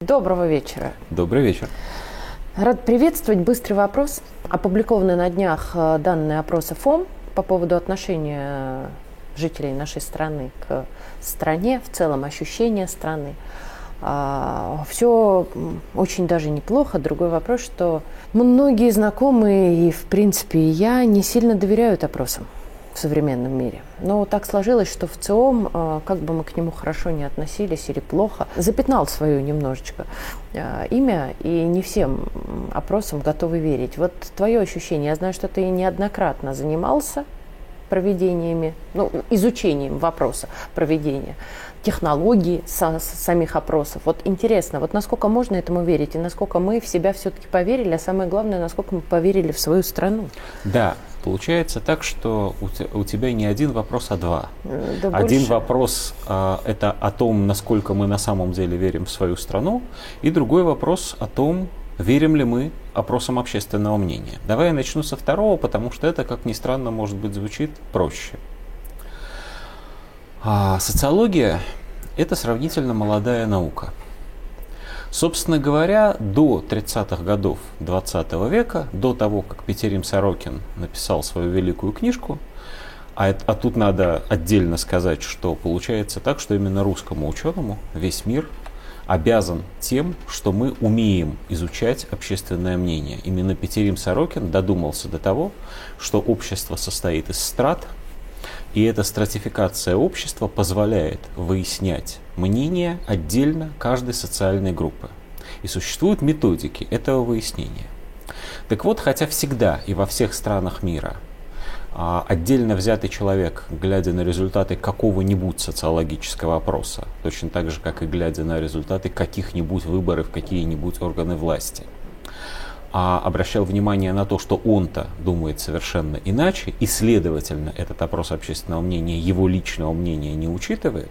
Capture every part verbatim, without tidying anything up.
Доброго вечера. Добрый вечер. Рад приветствовать. Быстрый вопрос. Опубликованы на днях данные опроса ФОМ по поводу отношения жителей нашей страны к стране, в целом ощущения страны. Все очень даже неплохо. Другой вопрос, что многие знакомые и, в принципе, и я не сильно доверяют опросам в современном мире. Но так сложилось, что в ЦИОМ, как бы мы к нему хорошо не относились или плохо, запятнал свое немножечко имя, и не всем опросам готовы верить. Вот твое ощущение, я знаю, что ты неоднократно занимался проведениями, ну, изучением вопроса проведения, технологий со, самих опросов. Вот интересно, вот насколько можно этому верить, и насколько мы в себя все-таки поверили, а самое главное, насколько мы поверили в свою страну. Да, получается так, что у, те, у тебя не один вопрос, а два. Да один больше. вопрос а, это о том, насколько мы на самом деле верим в свою страну, и другой вопрос о том, верим ли мы опросам общественного мнения. Давай я начну со второго, потому что это, как ни странно, может быть, звучит проще. А социология – это сравнительно молодая наука. Собственно говоря, до тридцатых годов двадцатого века, до того, как Петерим Сорокин написал свою великую книжку, а, а тут надо отдельно сказать, что получается так, что именно русскому ученому весь мир обязан тем, что мы умеем изучать общественное мнение. Именно Петерим Сорокин додумался до того, что общество состоит из страт, и эта стратификация общества позволяет выяснять мнение отдельно каждой социальной группы. И существуют методики этого выяснения. Так вот, хотя всегда и во всех странах мира отдельно взятый человек, глядя на результаты какого-нибудь социологического опроса, точно так же, как и глядя на результаты каких-нибудь выборов в какие-нибудь органы власти, а обращал внимание на то, что он-то думает совершенно иначе, и, следовательно, этот опрос общественного мнения, его личного мнения не учитывает,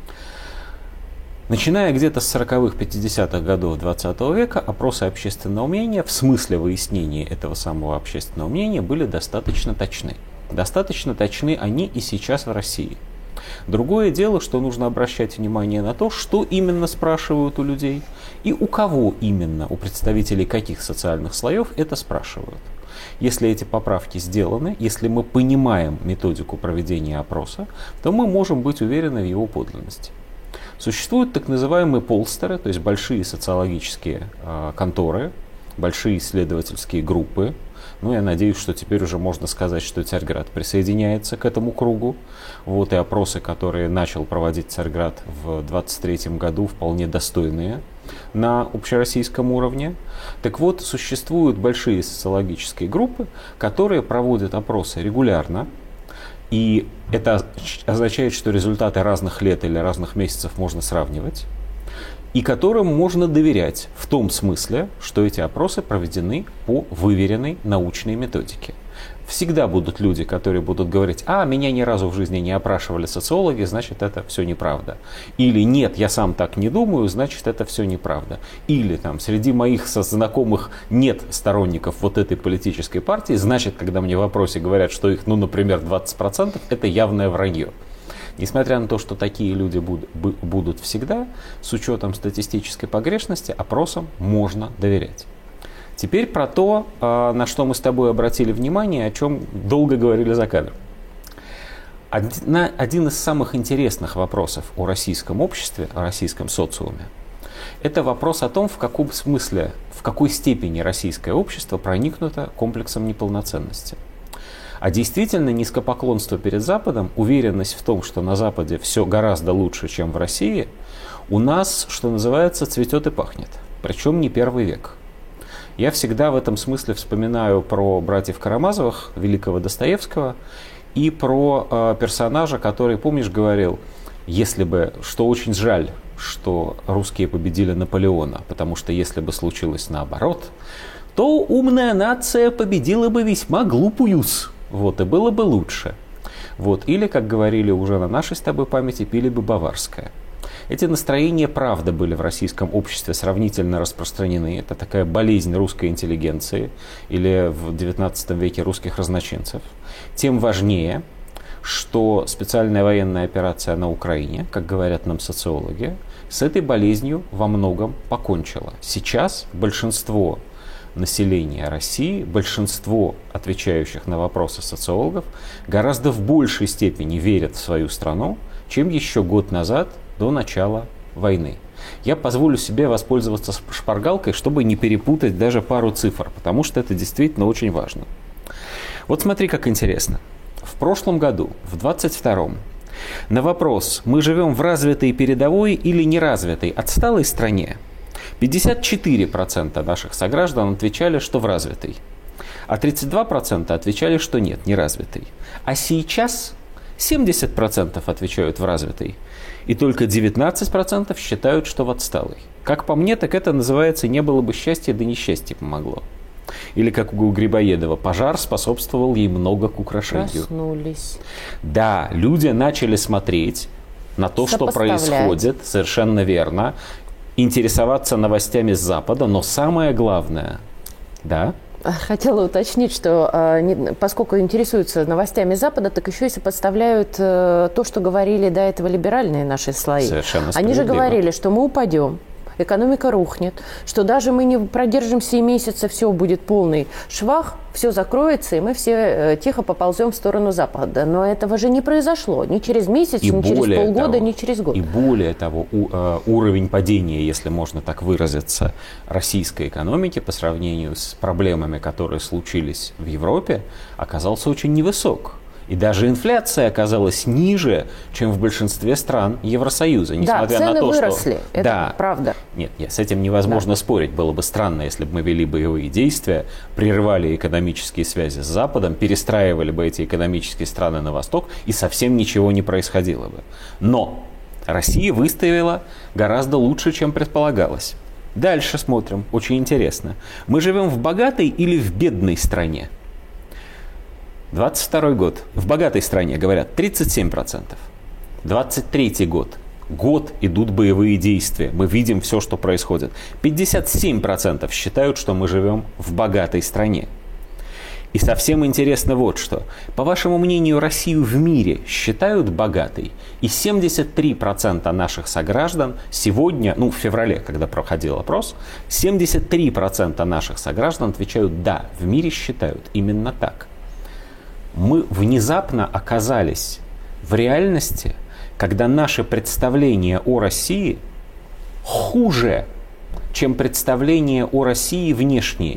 начиная где-то с сороковых-пятидесятых годов двадцатого века, опросы общественного мнения в смысле выяснения этого самого общественного мнения были достаточно точны. Достаточно точны они и сейчас в России. Другое дело, что нужно обращать внимание на то, что именно спрашивают у людей и у кого именно, у представителей каких социальных слоев это спрашивают. Если эти поправки сделаны, если мы понимаем методику проведения опроса, то мы можем быть уверены в его подлинности. Существуют так называемые полстеры, то есть большие социологические э, конторы, большие исследовательские группы. Ну, я надеюсь, что теперь уже можно сказать, что Царьград присоединяется к этому кругу. Вот и опросы, которые начал проводить Царьград в двадцать третьем году, вполне достойные на общероссийском уровне. Так вот, существуют большие социологические группы, которые проводят опросы регулярно. И это означает, что результаты разных лет или разных месяцев можно сравнивать, и которым можно доверять в том смысле, что эти опросы проведены по выверенной научной методике. Всегда будут люди, которые будут говорить: а, меня ни разу в жизни не опрашивали социологи, значит, это все неправда. Или нет, я сам так не думаю, значит, это все неправда. Или там среди моих знакомых нет сторонников вот этой политической партии, значит, когда мне в вопросе говорят, что их, ну, например, двадцать процентов, это явное вранье. Несмотря на то, что такие люди будут всегда, с учетом статистической погрешности, опросам можно доверять. Теперь про то, на что мы с тобой обратили внимание, о чем долго говорили за кадром. Один из самых интересных вопросов о российском обществе, о российском социуме, это вопрос о том, в каком смысле, в какой степени российское общество проникнуто комплексом неполноценности. А действительно низкопоклонство перед Западом, уверенность в том, что на Западе все гораздо лучше, чем в России, у нас, что называется, цветет и пахнет. Причем не первый век. Я всегда в этом смысле вспоминаю про братьев Карамазовых, великого Достоевского, и про э, персонажа, который, помнишь, говорил, если бы, что очень жаль, что русские победили Наполеона, потому что если бы случилось наоборот, то умная нация победила бы весьма глупую-с. Вот, и было бы лучше. Вот, или, как говорили уже на нашей с тобой памяти, пили бы баварское. Эти настроения, правда, были в российском обществе сравнительно распространены. Это такая болезнь русской интеллигенции или в девятнадцатом веке русских разночинцев. Тем важнее, что специальная военная операция на Украине, как говорят нам социологи, с этой болезнью во многом покончила. Сейчас большинство населения России, большинство отвечающих на вопросы социологов гораздо в большей степени верят в свою страну, чем еще год назад до начала войны. Я позволю себе воспользоваться шпаргалкой, чтобы не перепутать даже пару цифр, потому что это действительно очень важно. Вот смотри, как интересно. В прошлом году, в двадцать втором, на вопрос, мы живем в развитой передовой или неразвитой отсталой стране, пятьдесят четыре процента наших сограждан отвечали, что в развитой, а тридцать два процента отвечали, что нет, не развитой. А сейчас семьдесят процентов отвечают в развитой, и только девятнадцать процентов считают, что в отсталой. Как по мне, так это называется «не было бы счастья, да несчастье помогло». Или, как у Грибоедова, пожар способствовал ей много к украшению. Проснулись. Да, люди начали смотреть на то, что происходит, совершенно верно, интересоваться новостями с Запада, но самое главное, да? Хотела уточнить, что поскольку интересуются новостями Запада, так еще и сопоставляют то, что говорили до этого либеральные наши слои. Совершенно справедливо. Они же говорили, что мы упадем, экономика рухнет, что даже мы не продержимся и месяца, все будет полный швах, все закроется, и мы все тихо поползем в сторону Запада. Но этого же не произошло ни через месяц, и ни через полгода, того, ни через год. И более того, у, э, уровень падения, если можно так выразиться, российской экономики по сравнению с проблемами, которые случились в Европе, оказался очень невысок. И даже инфляция оказалась ниже, чем в большинстве стран Евросоюза. Несмотря да, цены на то, выросли, что... это да, правда. Нет, нет, с этим невозможно да. спорить. Было бы странно, если бы мы вели боевые действия, прерывали экономические связи с Западом, перестраивали бы эти экономические страны на восток, и совсем ничего не происходило бы. Но Россия выставила гораздо лучше, чем предполагалось. Дальше смотрим. Очень интересно. Мы живем в богатой или в бедной стране? двадцать второй год. В богатой стране, говорят, тридцать семь процентов. двадцать третий год. Год идут боевые действия. Мы видим все, что происходит. пятьдесят семь процентов считают, что мы живем в богатой стране. И совсем интересно вот что. По вашему мнению, Россию в мире считают богатой? И семьдесят три процента наших сограждан сегодня, ну в феврале, когда проходил опрос, семьдесят три процента наших сограждан отвечают «да», в мире считают именно так. Мы внезапно оказались в реальности, когда наше представление о России хуже, чем представление о России внешнее.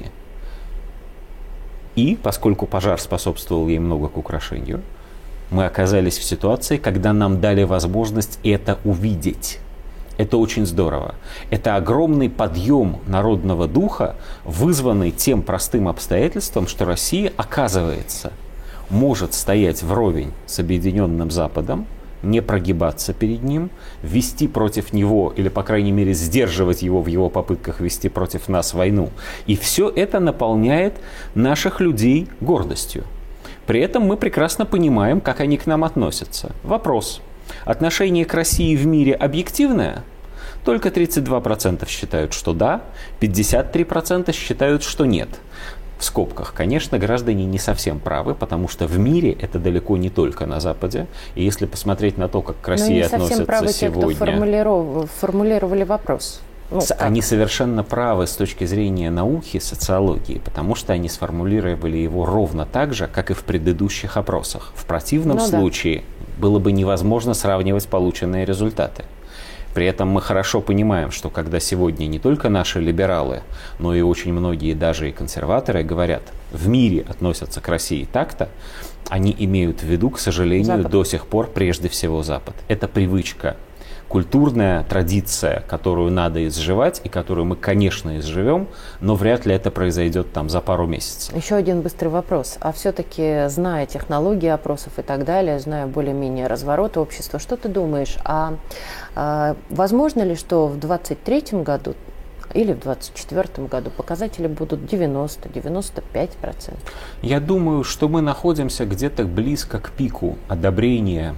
И, поскольку пожар способствовал ей много к украшению, мы оказались в ситуации, когда нам дали возможность это увидеть. Это очень здорово. Это огромный подъем народного духа, вызванный тем простым обстоятельством, что Россия, оказывается, может стоять вровень с Объединенным Западом, не прогибаться перед ним, вести против него, или, по крайней мере, сдерживать его в его попытках вести против нас войну. И все это наполняет наших людей гордостью. При этом мы прекрасно понимаем, как они к нам относятся. Вопрос. Отношение к России в мире объективное? Только тридцать два процента считают, что да, пятьдесят три процента считают, что нет. В скобках, конечно, граждане не совсем правы, потому что в мире это далеко не только на Западе. И если посмотреть на то, как к России относятся правы сегодня... Те, кто формулиров... формулировали вопрос. Ну, они совершенно правы с точки зрения науки, социологии, потому что они сформулировали его ровно так же, как и в предыдущих опросах. В противном ну, случае да. было бы невозможно сравнивать полученные результаты. При этом мы хорошо понимаем, что когда сегодня не только наши либералы, но и очень многие даже и консерваторы говорят, в мире относятся к России так-то, они имеют в виду, к сожалению, Запад. До сих пор прежде всего Запад. Это привычка, культурная традиция, которую надо изживать и которую мы, конечно, изживем, но вряд ли это произойдет там за пару месяцев. Еще один быстрый вопрос. А все-таки, зная технологии опросов и так далее, зная более-менее разворот общества, что ты думаешь, а, а возможно ли, что в двадцать третьем году или в двадцать четвёртом году показатели будут девяносто - девяносто пять процентов? Я думаю, что мы находимся где-то близко к пику одобрения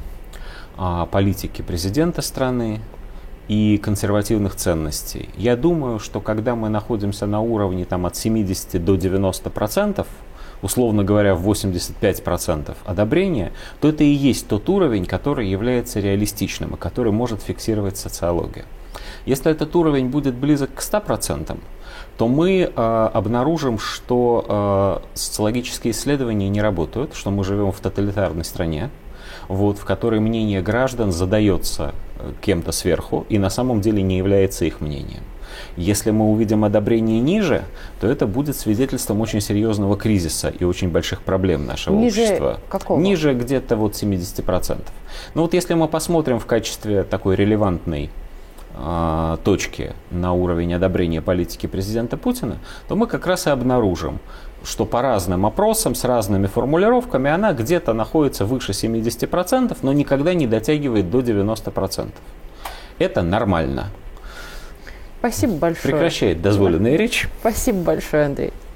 политики президента страны и консервативных ценностей. Я думаю, что когда мы находимся на уровне там, от семидесяти до девяноста процентов, условно говоря, в восемьдесят пять процентов одобрения, то это и есть тот уровень, который является реалистичным и который может фиксировать социология. Если этот уровень будет близок к ста процентам, то мы э, обнаружим, что э, социологические исследования не работают, что мы живем в тоталитарной стране, вот, в которой мнение граждан задается кем-то сверху и на самом деле не является их мнением. Если мы увидим одобрение ниже, то это будет свидетельством очень серьезного кризиса и очень больших проблем нашего ниже общества. Какого? Ниже где-то вот семьдесят процентов. Ну вот если мы посмотрим в качестве такой релевантной э, точки на уровень одобрения политики президента Путина, то мы как раз и обнаружим, что по разным опросам, с разными формулировками, она где-то находится выше семидесяти процентов, но никогда не дотягивает до девяноста процентов. Это нормально. Спасибо большое. Прекращает дозволенная речь. Спасибо большое, Андрей.